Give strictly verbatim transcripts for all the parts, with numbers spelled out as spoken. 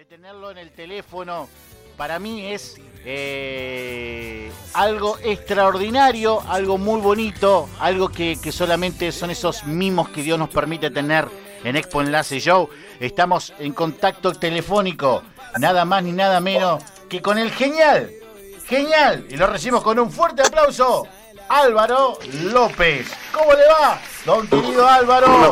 tenerlo en el teléfono para mí es eh, algo extraordinario, algo muy bonito, algo que, que solamente son esos mimos que Dios nos permite tener en Expo Enlace Show. Estamos en contacto telefónico, nada más ni nada menos que con el genial, genial, y lo recibimos con un fuerte aplauso, Álvaro López. ¿Cómo le va, don querido Álvaro?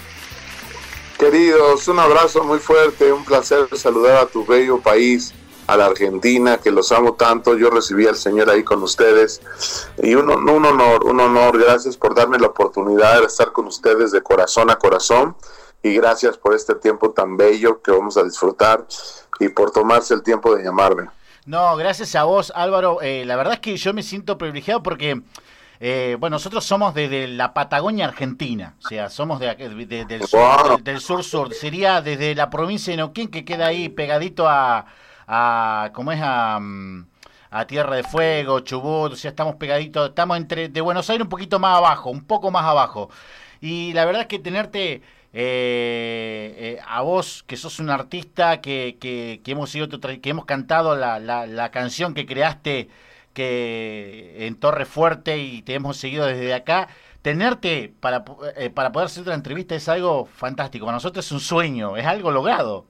Queridos, un abrazo muy fuerte, un placer saludar a tu bello país, a la Argentina, que los amo tanto. Yo recibí al Señor ahí con ustedes y un, un honor, un honor. Gracias por darme la oportunidad de estar con ustedes de corazón a corazón y gracias por este tiempo tan bello que vamos a disfrutar y por tomarse el tiempo de llamarme. No, gracias a vos, Álvaro. Eh, la verdad es que yo me siento privilegiado porque... Eh, bueno, nosotros somos desde la Patagonia Argentina, o sea, somos de, de, de, del, sur, wow. del, del sur-sur, sería desde la provincia de Neuquén, que queda ahí pegadito a, a ¿cómo es? A, a Tierra de Fuego, Chubut, o sea, estamos pegaditos, estamos entre de Buenos Aires un poquito más abajo, un poco más abajo, y la verdad es que tenerte... Eh, eh, a vos, que sos un artista, que, que, que, hemos, sido, que hemos cantado la, la, la canción que creaste que en Torre Fuerte y te hemos seguido desde acá, tenerte para, eh, para poder hacer otra entrevista es algo fantástico. Para nosotros es un sueño, es algo logrado.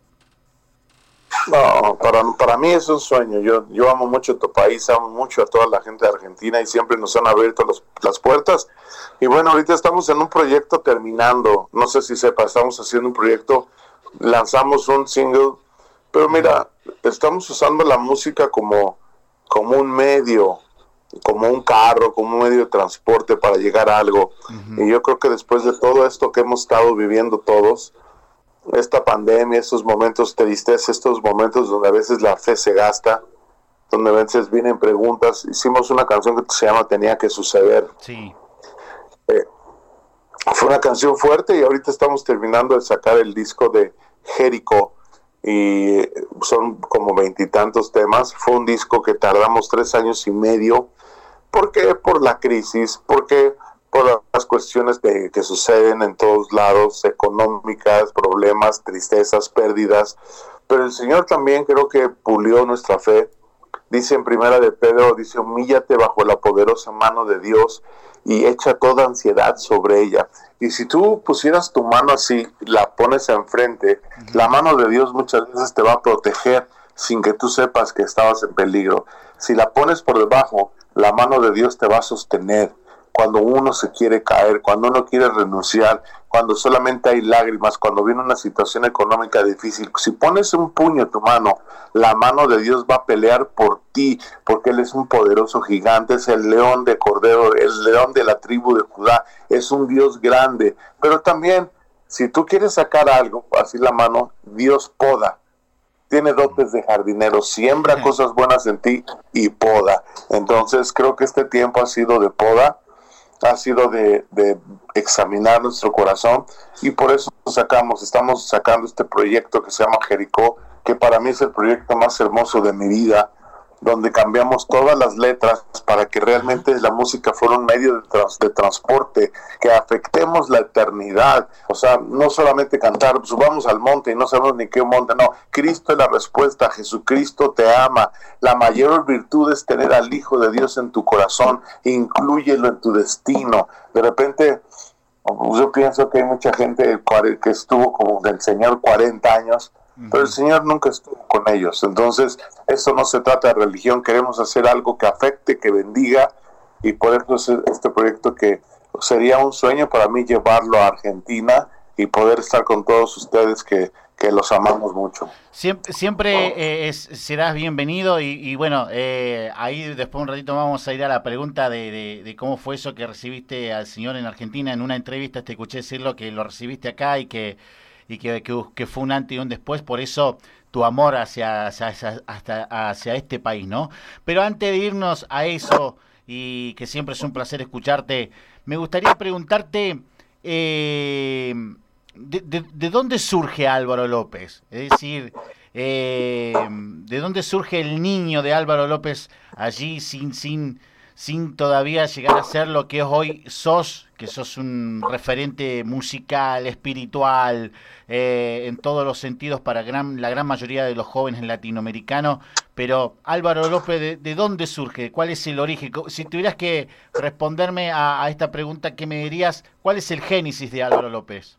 No, para, para mí es un sueño. Yo, yo amo mucho tu país, amo mucho a toda la gente de Argentina y siempre nos han abierto los, las puertas. Y bueno, ahorita estamos en un proyecto terminando, no sé si sepa, estamos haciendo un proyecto, lanzamos un single, pero mira, estamos usando la música como... como un medio, como un carro, como un medio de transporte para llegar a algo. Uh-huh. Y yo creo que después de todo esto que hemos estado viviendo todos, esta pandemia, estos momentos tristes, estos momentos donde a veces la fe se gasta, donde a veces vienen preguntas, hicimos una canción que se llama Tenía que Suceder. Sí. Eh, fue una canción fuerte y ahorita estamos terminando de sacar el disco de Jericó, y son como veintitantos temas. Fue un disco que tardamos tres años y medio. ¿Por qué? Por la crisis, porque por las cuestiones de, que suceden en todos lados, económicas, problemas, tristezas, pérdidas, pero el Señor también creo que pulió nuestra fe. Dice en Primera de Pedro, dice, humíllate bajo la poderosa mano de Dios y echa toda ansiedad sobre ella. Y si tú pusieras tu mano así, la pones enfrente, uh-huh. la mano de Dios muchas veces te va a proteger sin que tú sepas que estabas en peligro. Si la pones por debajo, la mano de Dios te va a sostener. Cuando uno se quiere caer, cuando uno quiere renunciar, cuando solamente hay lágrimas, cuando viene una situación económica difícil, si pones un puño en tu mano, la mano de Dios va a pelear por ti, porque Él es un poderoso gigante, es el león de Cordero, el león de la tribu de Judá, es un Dios grande. Pero también, si tú quieres sacar algo, así la mano, Dios poda. Tiene dotes de jardinero, siembra cosas buenas en ti y poda. Entonces creo que este tiempo ha sido de poda, ha sido de, de examinar nuestro corazón y por eso sacamos, estamos sacando este proyecto que se llama Jericó, que para mí es el proyecto más hermoso de mi vida, donde cambiamos todas las letras para que realmente la música fuera un medio de, trans, de transporte, que afectemos la eternidad. O sea, no solamente cantar, subamos al monte y no sabemos ni qué monte, no, Cristo es la respuesta, Jesucristo te ama. La mayor virtud es tener al Hijo de Dios en tu corazón, inclúyelo en tu destino. De repente, yo pienso que hay mucha gente que estuvo como del Señor cuarenta años, pero el Señor nunca estuvo con ellos. Entonces, esto no se trata de religión, queremos hacer algo que afecte, que bendiga, y por eso es este proyecto que sería un sueño para mí llevarlo a Argentina y poder estar con todos ustedes que, que los amamos mucho. Siempre, siempre eh, es, serás bienvenido y, y bueno, eh, ahí después un ratito vamos a ir a la pregunta de, de, de cómo fue eso que recibiste al Señor en Argentina. En una entrevista te escuché decirlo que lo recibiste acá y que y que, que, que fue un antes y un después, por eso tu amor hacia, hacia, hacia, hacia este país, ¿no? Pero antes de irnos a eso, y que siempre es un placer escucharte, me gustaría preguntarte, eh, de, de, ¿de dónde surge Álvaro López? Es decir, eh, ¿de dónde surge el niño de Álvaro López allí sin, sin, sin todavía llegar a ser lo que hoy sos, que sos un referente musical, espiritual, eh, en todos los sentidos para gran, la gran mayoría de los jóvenes latinoamericanos. Pero Álvaro López, ¿de, de dónde surge? ¿Cuál es el origen? Si tuvieras que responderme a, a esta pregunta, ¿qué me dirías? ¿Cuál es el génesis de Álvaro López?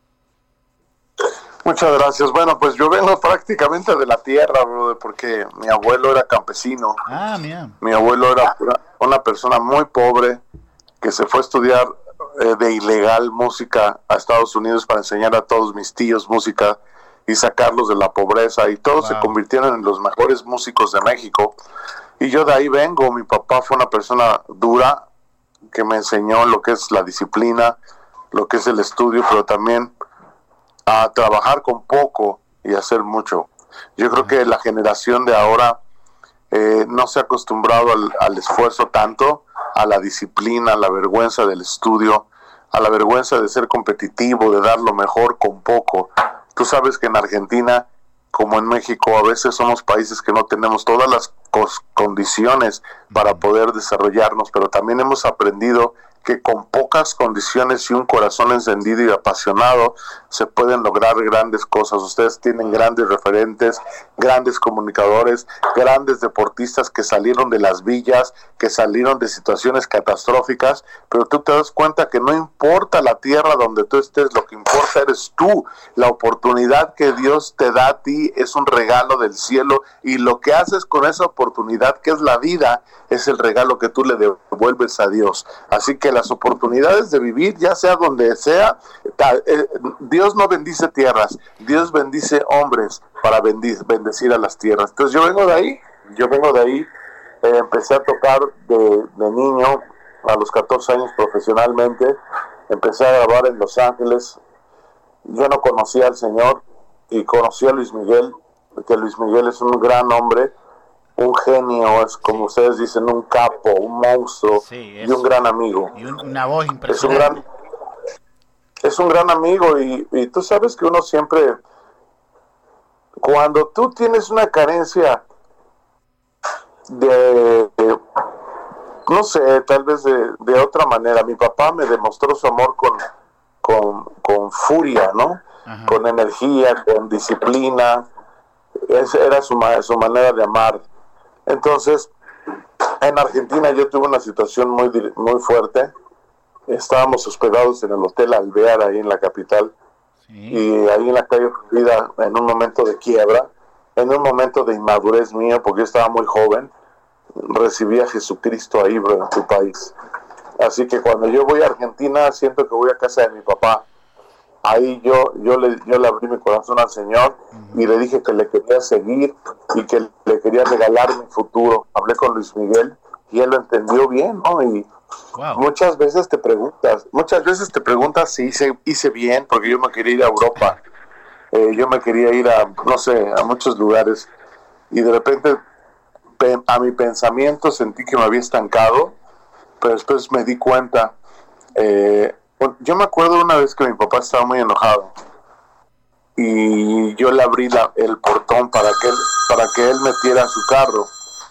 Muchas gracias. Bueno, pues yo vengo prácticamente de la tierra, brother, porque mi abuelo era campesino. Ah, mira. Mi abuelo era una, una persona muy pobre que se fue a estudiar eh, de ilegal música a Estados Unidos para enseñar a todos mis tíos música y sacarlos de la pobreza, y todos wow. se convirtieron en los mejores músicos de México. Y yo de ahí vengo. Mi papá fue una persona dura que me enseñó lo que es la disciplina, lo que es el estudio, pero también a trabajar con poco y hacer mucho. Yo creo que la generación de ahora eh, no se ha acostumbrado al, al esfuerzo tanto, a la disciplina, a la vergüenza del estudio, a la vergüenza de ser competitivo, de dar lo mejor con poco. Tú sabes que en Argentina, como en México, a veces somos países que no tenemos todas las condiciones para poder desarrollarnos, pero también hemos aprendido que con pocas condiciones y un corazón encendido y apasionado se pueden lograr grandes cosas. Ustedes tienen grandes referentes, grandes comunicadores, grandes deportistas que salieron de las villas, que salieron de situaciones catastróficas, pero tú te das cuenta que no importa la tierra donde tú estés, lo que importa eres tú. La oportunidad que Dios te da a ti es un regalo del cielo, y lo que haces con esa oportunidad, que es la vida, es el regalo que tú le devuelves a Dios. Así que las oportunidades de vivir, ya sea donde sea, Dios no bendice tierras, Dios bendice hombres para bendecir a las tierras. Entonces yo vengo de ahí, yo vengo de ahí, eh, empecé a tocar de, de niño, a los catorce años profesionalmente, empecé a grabar en Los Ángeles. Yo no conocía al Señor y conocí a Luis Miguel, que Luis Miguel es un gran hombre, un genio, es como ustedes dicen, un capo, un monstruo, sí, es, y un gran amigo. Y un, una voz impresionante. Es un gran, es un gran amigo, y, y tú sabes que uno siempre, cuando tú tienes una carencia de, de no sé, tal vez de, de otra manera, mi papá me demostró su amor con, con, con furia, ¿no? Ajá. Con energía, con disciplina. Esa era su, su manera de amar. Entonces, en Argentina yo tuve una situación muy, muy fuerte. Estábamos hospedados en el Hotel Alvear, ahí en la capital, sí. Y ahí en la calle Florida, en un momento de quiebra, en un momento de inmadurez mío, porque yo estaba muy joven, recibí a Jesucristo ahí, bro, en tu país. Así que cuando yo voy a Argentina, siento que voy a casa de mi papá. Ahí yo yo le, yo le abrí mi corazón al Señor, uh-huh. y le dije que le quería seguir y que le quería regalar mi futuro. Hablé con Luis Miguel y él lo entendió bien, ¿no? Y wow. muchas veces te preguntas, muchas veces te preguntas si hice, hice bien, porque yo me quería ir a Europa, eh, yo me quería ir a, no sé, a muchos lugares, y de repente pe- a mi pensamiento sentí que me había estancado, pero después me di cuenta. Eh, Yo me acuerdo una vez que mi papá estaba muy enojado y yo le abrí la, el portón para que él, para que él metiera su carro,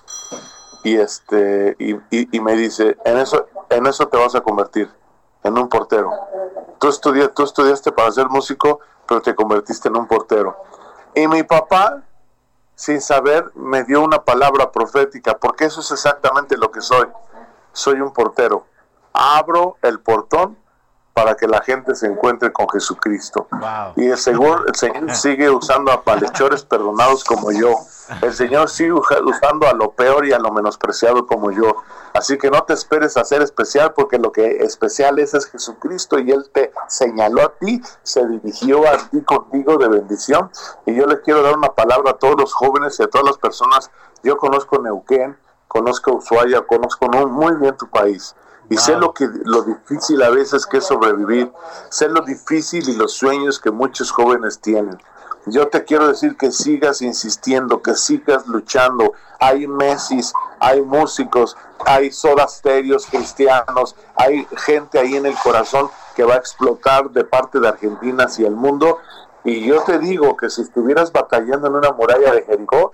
y este y, y, y me dice, en eso en eso te vas a convertir, en un portero. Tú estudiaste, tú estudiaste para ser músico, pero te convertiste en un portero. Y mi papá, sin saber, me dio una palabra profética, porque eso es exactamente lo que soy. Soy un portero. Abro el portón para que la gente se encuentre con Jesucristo. Wow. Y el Señor, el Señor sigue usando a malhechores perdonados como yo. El Señor sigue usando a lo peor y a lo menospreciado como yo. Así que no te esperes a ser especial, porque lo que especial es es Jesucristo, y Él te señaló a ti, se dirigió a ti contigo de bendición. Y yo le quiero dar una palabra a todos los jóvenes y a todas las personas. Yo conozco Neuquén, conozco Ushuaia, conozco muy bien tu país. Y wow. sé lo que lo difícil a veces que es sobrevivir, sé lo difícil y los sueños que muchos jóvenes tienen. Yo te quiero decir que sigas insistiendo, que sigas luchando. Hay Messis, hay músicos, hay Soda Stereos cristianos, hay gente ahí en el corazón que va a explotar de parte de Argentina hacia el mundo. Y yo te digo que si estuvieras batallando en una muralla de Jericó,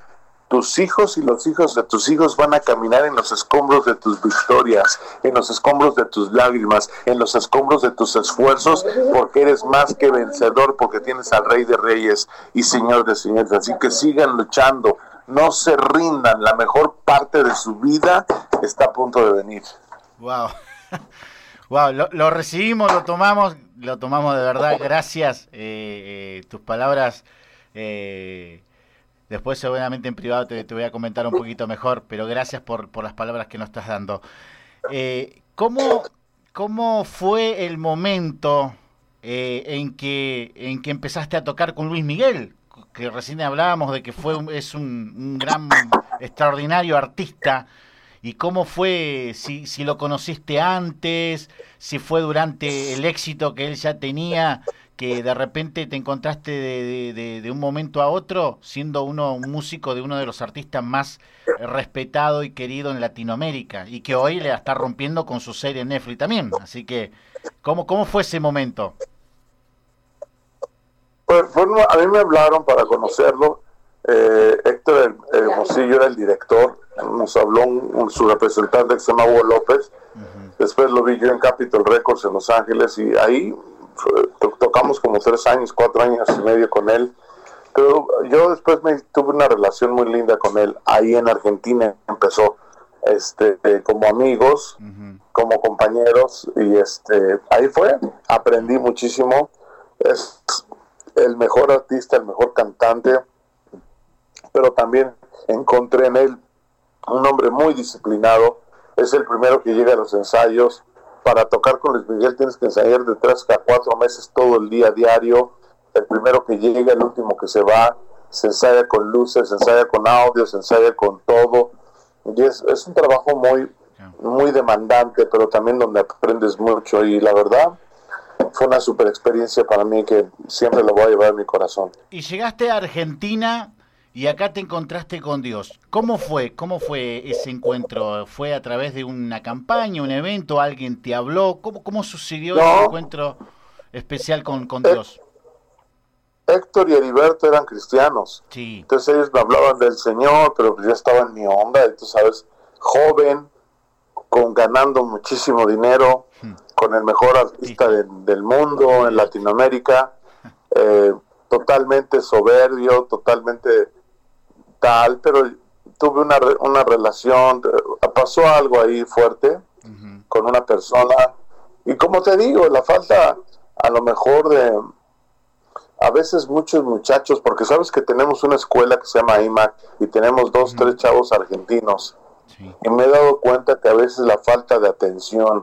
tus hijos y los hijos de tus hijos van a caminar en los escombros de tus victorias, en los escombros de tus lágrimas, en los escombros de tus esfuerzos, porque eres más que vencedor, porque tienes al Rey de Reyes y Señor de Señores. Así que sigan luchando, no se rindan, la mejor parte de su vida está a punto de venir. Wow, wow, lo, lo recibimos, lo tomamos, lo tomamos de verdad, gracias, eh, eh, tus palabras... Eh, Después seguramente en privado te, te voy a comentar un poquito mejor, pero gracias por, por las palabras que nos estás dando. Eh, ¿cómo, ¿Cómo fue el momento eh, en, que, en que empezaste a tocar con Luis Miguel? Que recién hablábamos de que fue un, es un, un gran, extraordinario artista. ¿Y cómo fue, si, si lo conociste antes, si fue durante el éxito que él ya tenía, que de repente te encontraste de, de, de un momento a otro siendo uno un músico de uno de los artistas más respetado y querido en Latinoamérica y que hoy le está rompiendo con su serie en Netflix también? Así que, ¿cómo, cómo fue ese momento? Pues, bueno, a mí me hablaron para conocerlo. Eh, Héctor Hermosillo era el director, nos habló un, un, su representante que se llama Hugo López. Uh-huh. Después lo vi yo en Capitol Records en Los Ángeles y ahí to- tocamos como tres años, cuatro años y medio con él. Pero yo después me tuve una relación muy linda con él. Ahí en Argentina empezó, este, eh, como amigos, uh-huh. como compañeros, y este, ahí fue. Aprendí muchísimo. Es el mejor artista, el mejor cantante, pero también encontré en él un hombre muy disciplinado. Es el primero que llega a los ensayos. Para tocar con Luis Miguel tienes que ensayar de tres a cuatro meses todo el día diario. El primero que llega, el último que se va. Se ensaya con luces, se ensaya con audio, se ensaya con todo. Y es, es un trabajo muy, muy demandante, pero también donde aprendes mucho. Y la verdad, fue una super experiencia para mí que siempre lo voy a llevar en mi corazón. Y llegaste a Argentina y acá te encontraste con Dios. ¿Cómo fue? ¿Cómo fue ese encuentro? ¿Fue a través de una campaña, un evento? ¿Alguien te habló? ¿Cómo, cómo sucedió no. ese encuentro especial con, con Dios? Héctor y Heriberto eran cristianos. Sí. Entonces ellos me hablaban del Señor, pero yo estaba en mi onda, y tú sabes, joven, con ganando muchísimo dinero, hmm. con el mejor artista sí. de, del mundo en Latinoamérica, eh, totalmente soberbio, totalmente tal, pero tuve una, una relación, pasó algo ahí fuerte uh-huh. con una persona, y como te digo, la falta a lo mejor de, a veces muchos muchachos, porque sabes que tenemos una escuela que se llama I M A C, y tenemos dos, uh-huh. tres chavos argentinos, sí. y me he dado cuenta que a veces la falta de atención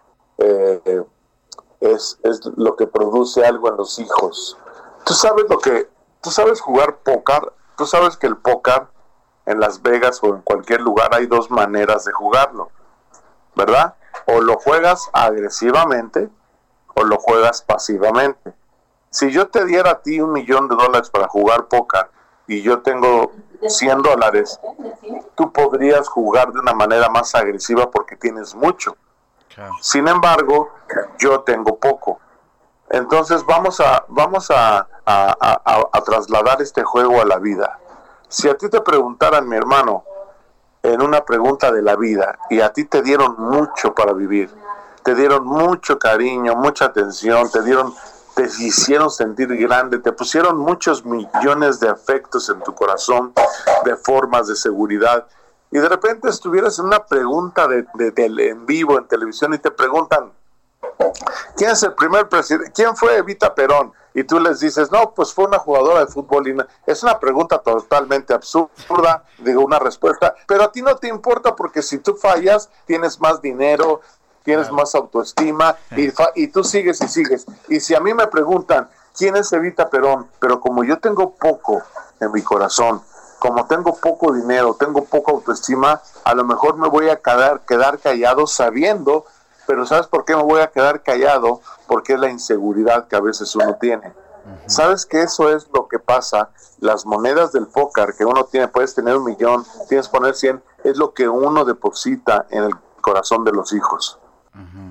eh, es, es lo que produce algo en los hijos. Tú sabes lo que, tú sabes jugar póker, tú sabes que el póker en Las Vegas o en cualquier lugar hay dos maneras de jugarlo, ¿verdad? O lo juegas agresivamente o lo juegas pasivamente. Si yo te diera a ti un millón de dólares para jugar póker y yo tengo cien dólares, tú podrías jugar de una manera más agresiva porque tienes mucho. Okay. Sin embargo, yo tengo poco. Entonces vamos a vamos a, a, a, a trasladar este juego a la vida. Si a ti te preguntaran, mi hermano, en una pregunta de la vida, y a ti te dieron mucho para vivir, te dieron mucho cariño, mucha atención, te dieron, te hicieron sentir grande, te pusieron muchos millones de afectos en tu corazón, de formas de seguridad, y de repente estuvieras en una pregunta de, de, de en vivo en televisión y te preguntan, ¿quién es el primer presidente? ¿Quién fue Evita Perón? Y tú les dices, no, pues fue una jugadora de fútbol. Y es una pregunta totalmente absurda, digo, una respuesta, pero a ti no te importa porque si tú fallas, tienes más dinero, tienes más autoestima y, fa- y tú sigues y sigues. Y si a mí me preguntan, ¿quién es Evita Perón? Pero como yo tengo poco en mi corazón, como tengo poco dinero, tengo poca autoestima, a lo mejor me voy a quedar, quedar callado sabiendo. Pero ¿sabes por qué me voy a quedar callado? Porque es la inseguridad que a veces uno tiene. Uh-huh. ¿Sabes que eso es lo que pasa? Las monedas del póker que uno tiene, puedes tener un millón, tienes que poner cien, es lo que uno deposita en el corazón de los hijos. Uh-huh.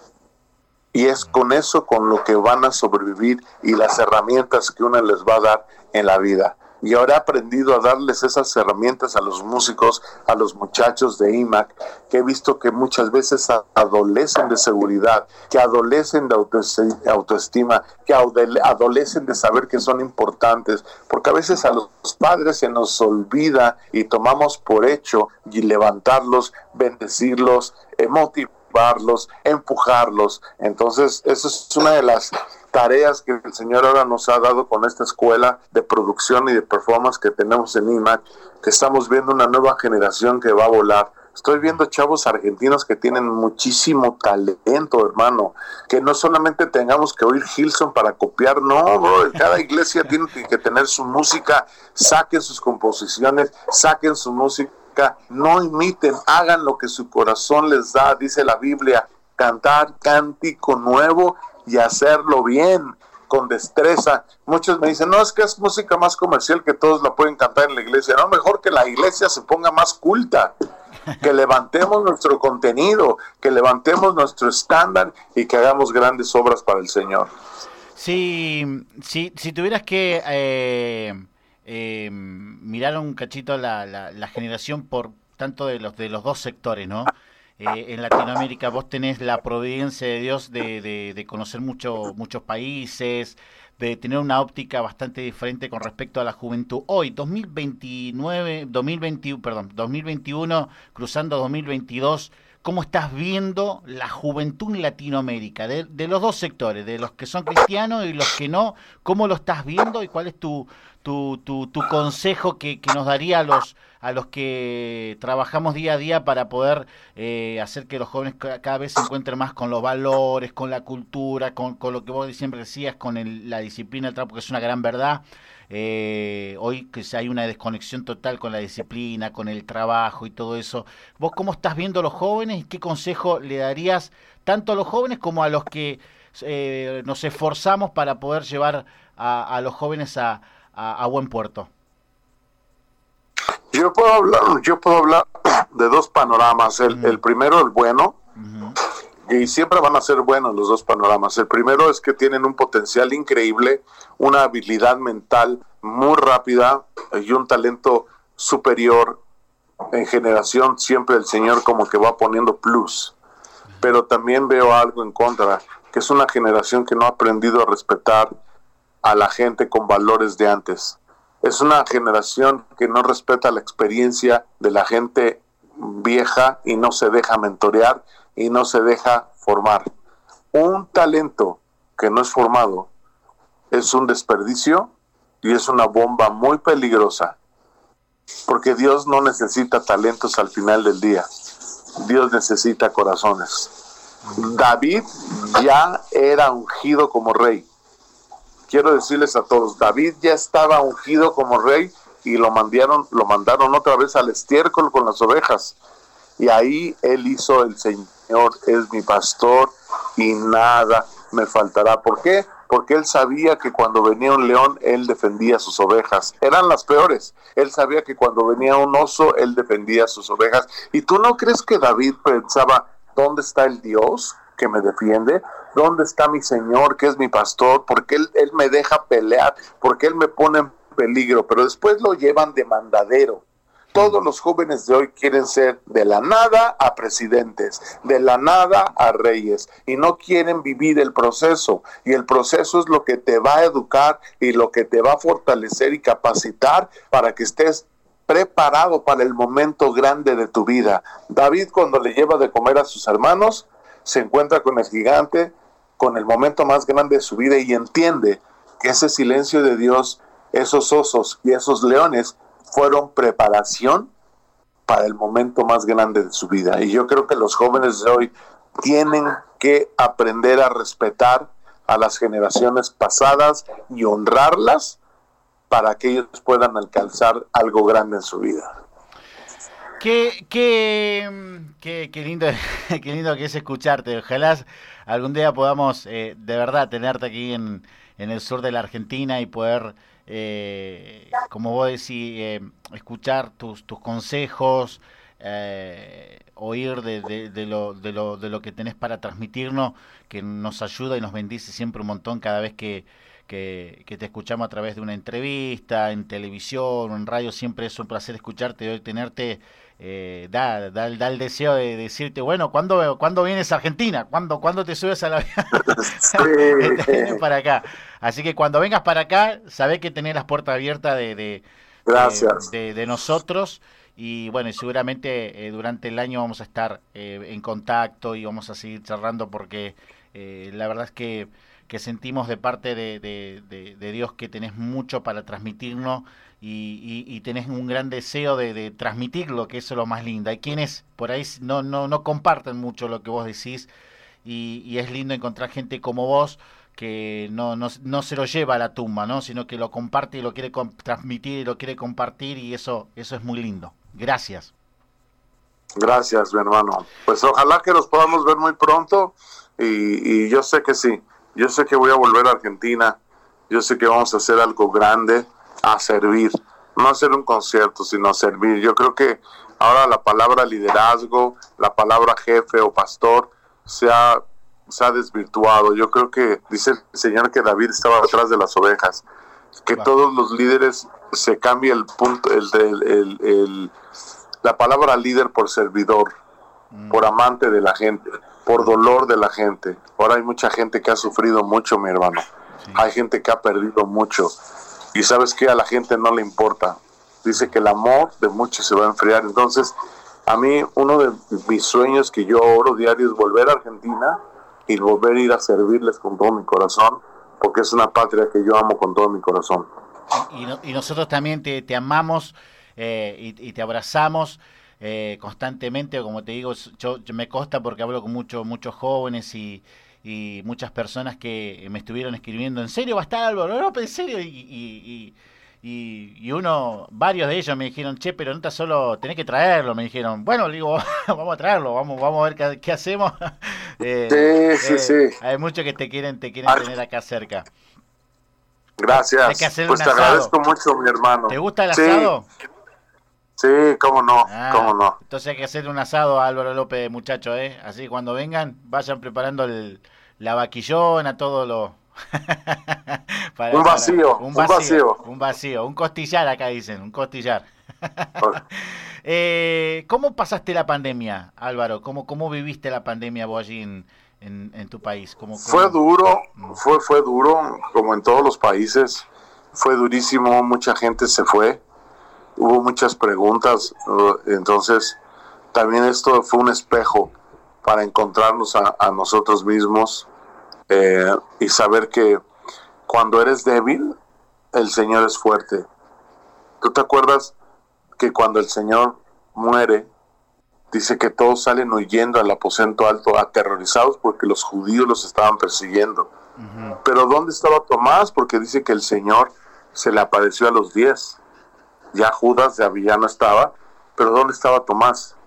Y es con eso con lo que van a sobrevivir y las herramientas que uno les va a dar en la vida. Y ahora he aprendido a darles esas herramientas a los músicos, a los muchachos de I M A C, que he visto que muchas veces adolecen de seguridad, que adolecen de autoestima, que adolecen de saber que son importantes, porque a veces a los padres se nos olvida y tomamos por hecho y levantarlos, bendecirlos, motivarlos, empujarlos. Entonces, esa es una de las tareas que el Señor ahora nos ha dado con esta escuela de producción y de performance que tenemos en I M A C, que estamos viendo una nueva generación que va a volar. Estoy viendo chavos argentinos que tienen muchísimo talento, hermano, que no solamente tengamos que oír Hillsong para copiar, no, bro, cada iglesia tiene que tener su música, saquen sus composiciones, saquen su música, no imiten, hagan lo que su corazón les da, dice la Biblia, cantar cántico nuevo y hacerlo bien, con destreza. Muchos me dicen, no, es que es música más comercial que todos la pueden cantar en la iglesia. No, mejor que la iglesia se ponga más culta, que levantemos nuestro contenido, que levantemos nuestro estándar y que hagamos grandes obras para el Señor. Sí, sí, si tuvieras que eh, eh, mirar un cachito la, la, la generación por tanto de los de los dos sectores, ¿no? Eh, en Latinoamérica vos tenés la providencia de Dios de, de, de conocer mucho, muchos países, de tener una óptica bastante diferente con respecto a la juventud. Hoy, dos mil veintinueve, dos mil veinte, perdón, dos mil veintiuno, cruzando dos mil veintidós, ¿cómo estás viendo la juventud en Latinoamérica? De, de los dos sectores, de los que son cristianos y los que no, ¿cómo lo estás viendo y cuál es tu, tu, tu, tu consejo que, que nos daría a los a los que trabajamos día a día para poder eh, hacer que los jóvenes cada vez se encuentren más con los valores, con la cultura, con, con lo que vos siempre decías, con el, la disciplina del trabajo, porque es una gran verdad. Eh, hoy que hay una desconexión total con la disciplina, con el trabajo y todo eso. ¿Vos cómo estás viendo a los jóvenes y qué consejo le darías tanto a los jóvenes como a los que eh, nos esforzamos para poder llevar a, a los jóvenes a, a, a buen puerto? Yo puedo hablar, yo puedo hablar de dos panoramas. El, uh-huh. el primero, el bueno, uh-huh. y siempre van a ser buenos los dos panoramas. El primero es que tienen un potencial increíble, una habilidad mental muy rápida y un talento superior. En generación siempre el Señor como que va poniendo plus. Pero también veo algo en contra, que es una generación que no ha aprendido a respetar a la gente con valores de antes. Es una generación que no respeta la experiencia de la gente vieja y no se deja mentorear y no se deja formar. Un talento que no es formado es un desperdicio y es una bomba muy peligrosa, porque Dios no necesita talentos al final del día. Dios necesita corazones. David ya era ungido como rey. Quiero decirles a todos, David ya estaba ungido como rey y lo mandaron, lo mandaron otra vez al estiércol con las ovejas. Y ahí él hizo, el Señor es mi pastor y nada me faltará. ¿Por qué? Porque él sabía que cuando venía un león, él defendía sus ovejas. Eran las peores. Él sabía que cuando venía un oso, él defendía sus ovejas. ¿Y tú no crees que David pensaba, ¿dónde está el Dios que me defiende? ¿Dónde está mi Señor, que es mi pastor? Porque él, él me deja pelear, porque él me pone en peligro, pero después lo llevan de mandadero. Todos los jóvenes de hoy quieren ser de la nada a presidentes, de la nada a reyes, y no quieren vivir el proceso, y el proceso es lo que te va a educar y lo que te va a fortalecer y capacitar para que estés preparado para el momento grande de tu vida. David, cuando le lleva de comer a sus hermanos, se encuentra con el gigante, con el momento más grande de su vida, y entiende que ese silencio de Dios, esos osos y esos leones fueron preparación para el momento más grande de su vida. Y yo creo que los jóvenes de hoy tienen que aprender a respetar a las generaciones pasadas y honrarlas para que ellos puedan alcanzar algo grande en su vida. Qué, qué, qué, qué lindo, qué lindo que es escucharte. Ojalá algún día podamos eh, de verdad tenerte aquí en, en el sur de la Argentina y poder, eh, como vos decís, eh, escuchar tus, tus consejos, eh, oír de, de, de, lo, de, lo, de lo que tenés para transmitirnos, que nos ayuda y nos bendice siempre un montón cada vez que, que, que te escuchamos a través de una entrevista, en televisión, en radio, siempre es un placer escucharte y hoy tenerte. Eh, da, da, da el deseo de decirte, bueno, ¿cuándo, ¿cuándo vienes a Argentina? ¿Cuándo, ¿cuándo te subes a la Sí. para acá? Así que cuando vengas para acá, sabés que tenés las puertas abiertas de, de, Gracias. de, de, de nosotros. Y bueno, y seguramente eh, durante el año vamos a estar eh, en contacto y vamos a seguir charlando porque eh, la verdad es que, que sentimos de parte de, de, de, de Dios que tenés mucho para transmitirnos y, y, y tenés un gran deseo de, de transmitirlo, que eso es lo más lindo. Hay quienes por ahí no, no, no comparten mucho lo que vos decís y, y es lindo encontrar gente como vos que no, no, no se lo lleva a la tumba, ¿no? Sino que lo comparte y lo quiere transmitir y lo quiere compartir y eso, eso es muy lindo. Gracias. Gracias, mi hermano. Pues ojalá que nos podamos ver muy pronto y, y yo sé que sí. Yo sé que voy a volver a Argentina. Yo sé que vamos a hacer algo grande, a servir. No hacer un concierto, sino a servir. Yo creo que ahora la palabra liderazgo, la palabra jefe o pastor se ha, se ha desvirtuado. Yo creo que dice el Señor que David estaba detrás de las ovejas. Que wow. Todos los líderes se cambie el punto, el, el, el, el la palabra líder por servidor, mm. por amante de la gente, por dolor de la gente. Ahora hay mucha gente que ha sufrido mucho, mi hermano. Sí. Hay gente que ha perdido mucho. Y sabes que a la gente no le importa. Dice que el amor de muchos se va a enfriar. Entonces, a mí uno de mis sueños que yo oro diario es volver a Argentina y volver a ir a servirles con todo mi corazón, porque es una patria que yo amo con todo mi corazón. Y, y, no, y nosotros también te, te amamos eh, y, y te abrazamos eh, constantemente, como te digo, yo, yo me consta porque hablo con muchos muchos jóvenes y, y muchas personas que me estuvieron escribiendo, ¿en serio va a estar Álvaro López? ¿En serio? Y, y, y, y uno, varios de ellos me dijeron, che, pero no está solo, tenés que traerlo, me dijeron. Bueno, le digo, vamos a traerlo, vamos, vamos a ver qué, qué hacemos. eh, sí, sí, eh, sí. Hay muchos que te quieren, te quieren tener acá cerca. Gracias. Hay que hacer pues un te asado. Agradezco mucho, mi hermano. ¿Te gusta el sí. asado? Sí, cómo no, ah, cómo no. Entonces hay que hacer un asado a Álvaro López, muchachos, ¿eh? Así cuando vengan, vayan preparando el, la vaquillona, todo lo... para, un vacío, para, un vacío, un vacío. Un vacío, un costillar acá dicen, un costillar. eh, ¿Cómo pasaste la pandemia, Álvaro? ¿Cómo, cómo viviste la pandemia vos allí en, en, en tu país? ¿Cómo, cómo... Fue duro, fue, fue duro, como en todos los países. Fue durísimo, mucha gente se fue. Hubo muchas preguntas, entonces también esto fue un espejo para encontrarnos a, a nosotros mismos eh, y saber que cuando eres débil, el Señor es fuerte. ¿Tú te acuerdas que cuando el Señor muere, dice que todos salen huyendo al aposento alto, aterrorizados porque los judíos los estaban persiguiendo? Uh-huh. Pero ¿dónde estaba Tomás? Porque dice que el Señor se le apareció a los diez. Ya Judas ya, ya no estaba, pero ¿dónde estaba Tomás?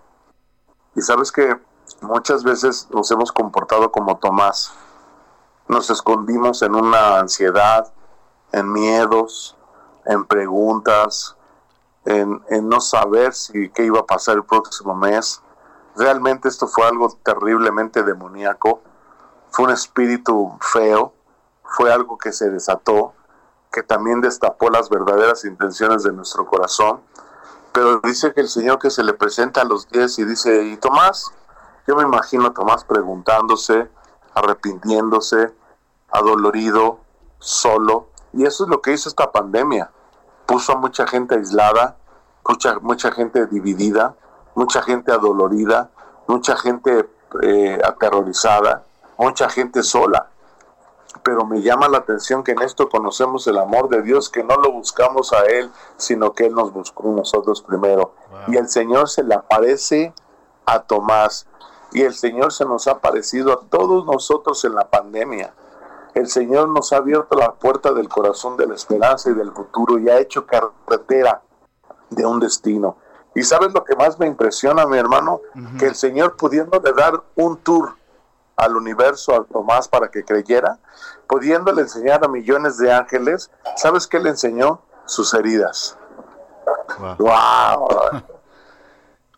Y sabes que muchas veces nos hemos comportado como Tomás. Nos escondimos en una ansiedad, en miedos, en preguntas, en, en no saber si qué iba a pasar el próximo mes. Realmente esto fue algo terriblemente demoníaco. Fue un espíritu feo, fue algo que se desató, que también destapó las verdaderas intenciones de nuestro corazón. Pero dice que el Señor que se le presenta a los diez y dice, ¿y Tomás? Yo me imagino a Tomás preguntándose, arrepintiéndose, adolorido, solo. Y eso es lo que hizo esta pandemia. Puso a mucha gente aislada, mucha, mucha gente dividida, mucha gente adolorida, mucha gente eh, aterrorizada, mucha gente sola. Pero me llama la atención que en esto conocemos el amor de Dios, que no lo buscamos a Él, sino que Él nos buscó a nosotros primero. Wow. Y el Señor se le aparece a Tomás, y el Señor se nos ha aparecido a todos nosotros en la pandemia. El Señor nos ha abierto la puerta del corazón de la esperanza y del futuro, y ha hecho carretera de un destino. ¿Y sabes lo que más me impresiona, mi hermano? Uh-huh. Que el Señor, pudiéndole dar un tour al universo, a Tomás, para que creyera, pudiéndole enseñar a millones de ángeles, ¿sabes qué le enseñó? Sus heridas. Wow. wow.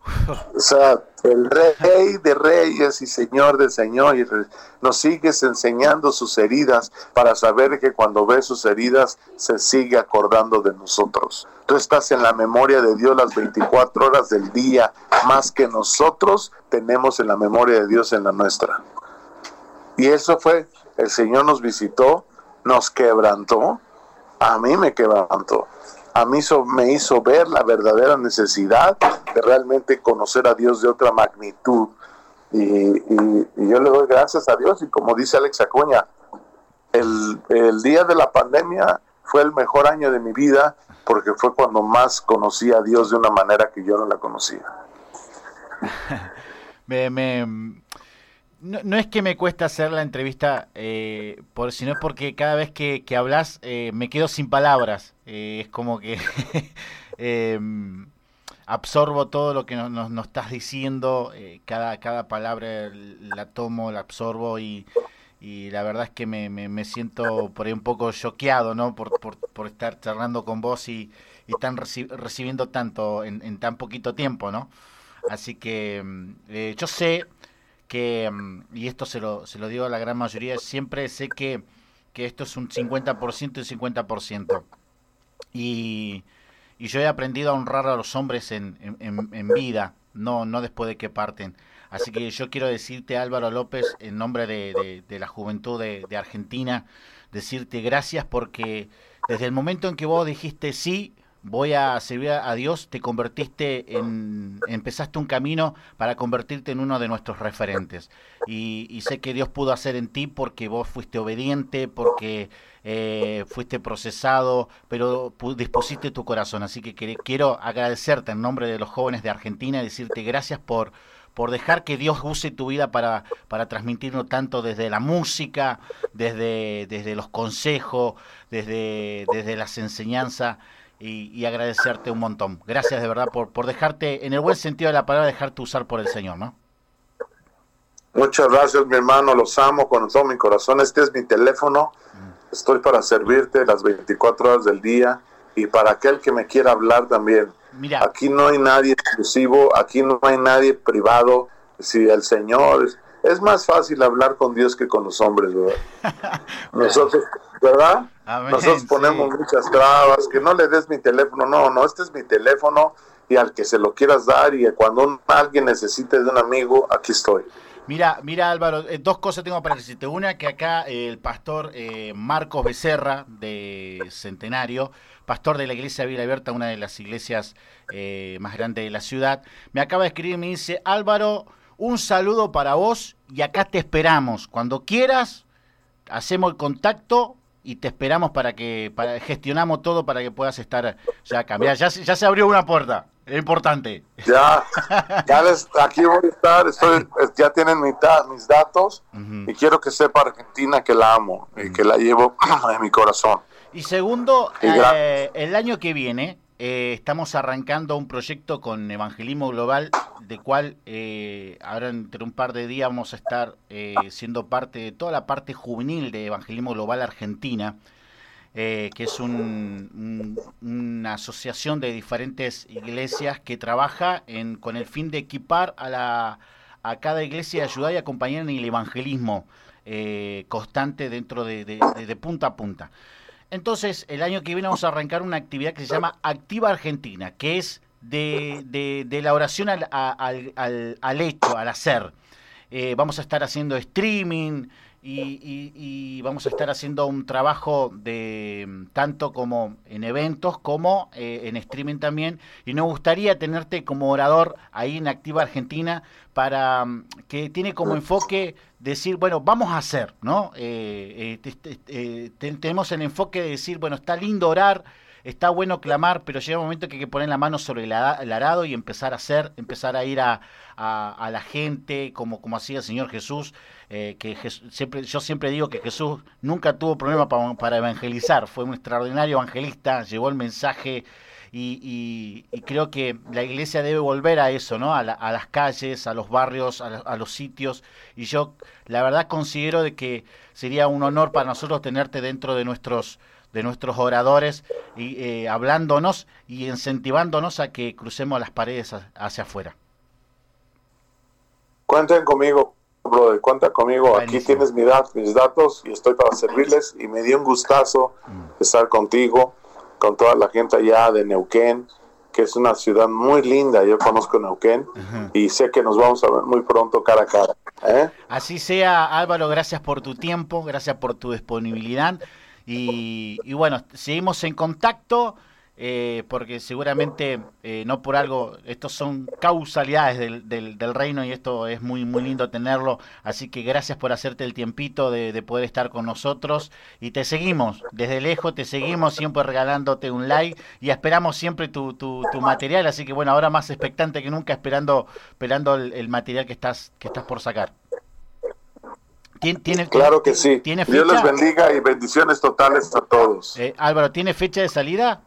O sea, el rey de reyes y señor de señores nos sigues enseñando sus heridas para saber que cuando ves sus heridas se sigue acordando de nosotros. Tú estás en la memoria de Dios las veinticuatro horas del día, más que nosotros tenemos en la memoria de Dios en la nuestra. Y eso fue, el Señor nos visitó, nos quebrantó, a mí me quebrantó. A mí so, me hizo ver la verdadera necesidad de realmente conocer a Dios de otra magnitud. Y, y, y yo le doy gracias a Dios. Y como dice Alex Acuña, el, el día de la pandemia fue el mejor año de mi vida porque fue cuando más conocí a Dios de una manera que yo no la conocía. me, me, no, no es que me cuesta hacer la entrevista, eh, por, sino es porque cada vez que, que hablas eh, me quedo sin palabras. Eh, es como que eh, absorbo todo lo que nos, nos, nos estás diciendo, eh, cada, cada palabra la tomo, la absorbo y, y la verdad es que me, me, me siento por ahí un poco choqueado, ¿no? Por, por, por estar charlando con vos y, y están reci recibiendo tanto en, en tan poquito tiempo, ¿no? Así que eh, yo sé que, y esto se lo, se lo digo a la gran mayoría, siempre sé que, que esto es un cincuenta por ciento y cincuenta por ciento. Y, y yo he aprendido a honrar a los hombres en, en, en vida, no, no después de que parten. Así que yo quiero decirte, Álvaro López, en nombre de, de, de la juventud de, de Argentina, decirte gracias porque desde el momento en que vos dijiste sí, voy a servir a Dios, te convertiste en, empezaste un camino para convertirte en uno de nuestros referentes. Y, y sé que Dios pudo hacer en ti porque vos fuiste obediente, porque eh, fuiste procesado, pero dispusiste tu corazón. Así que quiero agradecerte en nombre de los jóvenes de Argentina y decirte gracias por por dejar que Dios use tu vida para, para transmitirnos tanto desde la música, desde, desde los consejos, desde, desde las enseñanzas. Y, y agradecerte un montón. Gracias de verdad por, por dejarte, en el buen sentido de la palabra, dejarte usar por el Señor, ¿no? Muchas gracias, mi hermano, los amo con todo mi corazón. Este es mi teléfono, mm. Estoy para servirte las veinticuatro horas del día y para aquel que me quiera hablar también. Mira. Aquí no hay nadie exclusivo, aquí no hay nadie privado. Si el Señor... Es, es más fácil hablar con Dios que con los hombres, ¿verdad? Nosotros, ¿verdad? Amén, Nosotros ponemos sí. muchas trabas, que no le des mi teléfono, no, no, este es mi teléfono y al que se lo quieras dar y cuando un, alguien necesite de un amigo, aquí estoy. Mira, mira Álvaro, eh, dos cosas tengo para decirte. Una, que acá eh, el pastor eh, Marcos Becerra, de Centenario, pastor de la iglesia Vida Abierta, una de las iglesias eh, más grandes de la ciudad, me acaba de escribir y me dice, Álvaro, un saludo para vos y acá te esperamos. Cuando quieras, hacemos el contacto y te esperamos para que para gestionamos todo para que puedas estar ya acá. Mirá, ya, ya se abrió una puerta, es importante. Ya, ya les, aquí voy a estar, estoy, ya tienen mi, mis datos uh-huh. Y quiero que sepa Argentina que la amo uh-huh. Y que la llevo en mi corazón. Y segundo, y eh, el año que viene eh, estamos arrancando un proyecto con Evangelismo Global, de cual eh, ahora entre un par de días vamos a estar eh, siendo parte de toda la parte juvenil de Evangelismo Global Argentina, eh, que es un, un, una asociación de diferentes iglesias que trabaja en, con el fin de equipar a, la, a cada iglesia y ayudar y acompañar en el evangelismo eh, constante dentro de, de, de, de punta a punta. Entonces, el año que viene vamos a arrancar una actividad que se llama Activa Argentina, que es de, de, de la oración al, al, al, al hecho, al hacer. Eh, vamos a estar haciendo streaming y, y, y vamos a estar haciendo un trabajo de tanto como en eventos como eh, en streaming también. Y nos gustaría tenerte como orador ahí en Activa Argentina para que tiene como enfoque decir, bueno, vamos a hacer, ¿no? Eh, eh, te, eh, te, tenemos el enfoque de decir, bueno, está lindo orar, está bueno clamar, pero llega un momento que hay que poner la mano sobre el, el arado y empezar a hacer, empezar a ir a, a, a la gente, como, como hacía el Señor Jesús, eh, que Jesús, siempre, yo siempre digo que Jesús nunca tuvo problema para, para evangelizar, fue un extraordinario evangelista, llevó el mensaje. Y, y, y creo que la iglesia debe volver a eso, ¿no? A, la, a las calles, a los barrios, a, la, a los sitios. Y yo, la verdad, considero de que sería un honor para nosotros tenerte dentro de nuestros de nuestros oradores y eh, hablándonos y incentivándonos a que crucemos las paredes hacia afuera. Cuenten conmigo, brother, cuenta conmigo. Buenísimo. Aquí tienes mi dat- mis datos y estoy para servirles. Y me dio un gustazo mm. estar contigo, con toda la gente allá de Neuquén, que es una ciudad muy linda. Yo conozco Neuquén uh-huh. y sé que nos vamos a ver muy pronto cara a cara. ¿eh? Así sea, Álvaro, gracias por tu tiempo, gracias por tu disponibilidad y, y bueno, seguimos en contacto eh, porque seguramente eh, no por algo, estos son causalidades del, del, del reino y esto es muy muy lindo tenerlo, así que gracias por hacerte el tiempito de, de poder estar con nosotros y te seguimos, desde lejos te seguimos siempre regalándote un like y esperamos siempre tu, tu, tu material, así que bueno, ahora más expectante que nunca esperando, esperando el, el material que estás, que estás por sacar. ¿Tiene, claro que sí. ¿tiene Dios les bendiga y bendiciones totales a todos. Eh, Álvaro, ¿tiene fecha de salida?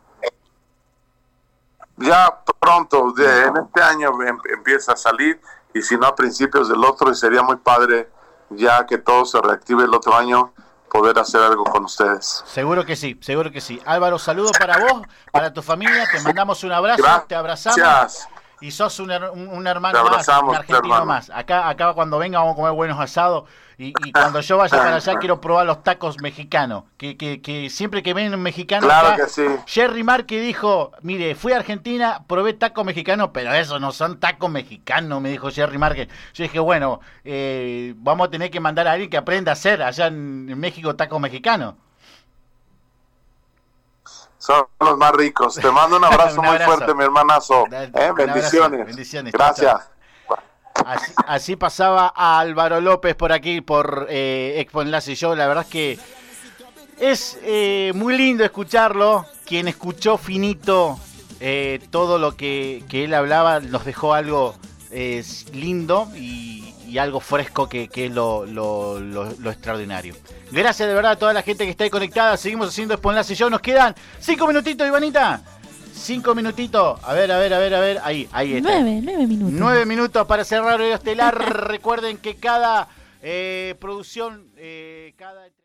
Ya pronto, de, en este año em, empieza a salir y si no a principios del otro, y sería muy padre ya que todo se reactive el otro año, poder hacer algo con ustedes. Seguro que sí, seguro que sí. Álvaro, saludo para vos, para tu familia, te mandamos un abrazo, Gracias. Te abrazamos. Y sos un, un, un hermano más, un argentino hermano. más. Acá, acá cuando venga vamos a comer buenos asados y, y cuando yo vaya para allá quiero probar los tacos mexicanos. Que, que, que siempre que ven un mexicano claro acá, que sí. Jerry Marque dijo, mire, fui a Argentina, probé tacos mexicanos, pero esos no son tacos mexicanos, me dijo Jerry Marque. Yo dije, bueno, eh, vamos a tener que mandar a alguien que aprenda a hacer allá en, en México tacos mexicanos. Son los más ricos. Te mando un abrazo, un abrazo. muy fuerte, mi hermanazo. ¿Eh? Bendiciones. Bendiciones. Gracias. Así, así pasaba a Álvaro López por aquí, por eh, Expo Enlace. Yo, la verdad es que es eh, muy lindo escucharlo. Quien escuchó finito eh, todo lo que, que él hablaba, nos dejó algo eh, lindo y, y algo fresco que, que es lo, lo, lo, lo extraordinario. Gracias de verdad a toda la gente que está ahí conectada. Seguimos haciendo Expo Enlace Show. Nos quedan cinco minutitos, Ivanita. Cinco minutitos. A ver, a ver, a ver, a ver. Ahí, ahí está. Nueve, nueve minutos. Nueve minutos para cerrar el estelar. Recuerden que cada eh, producción, eh, cada...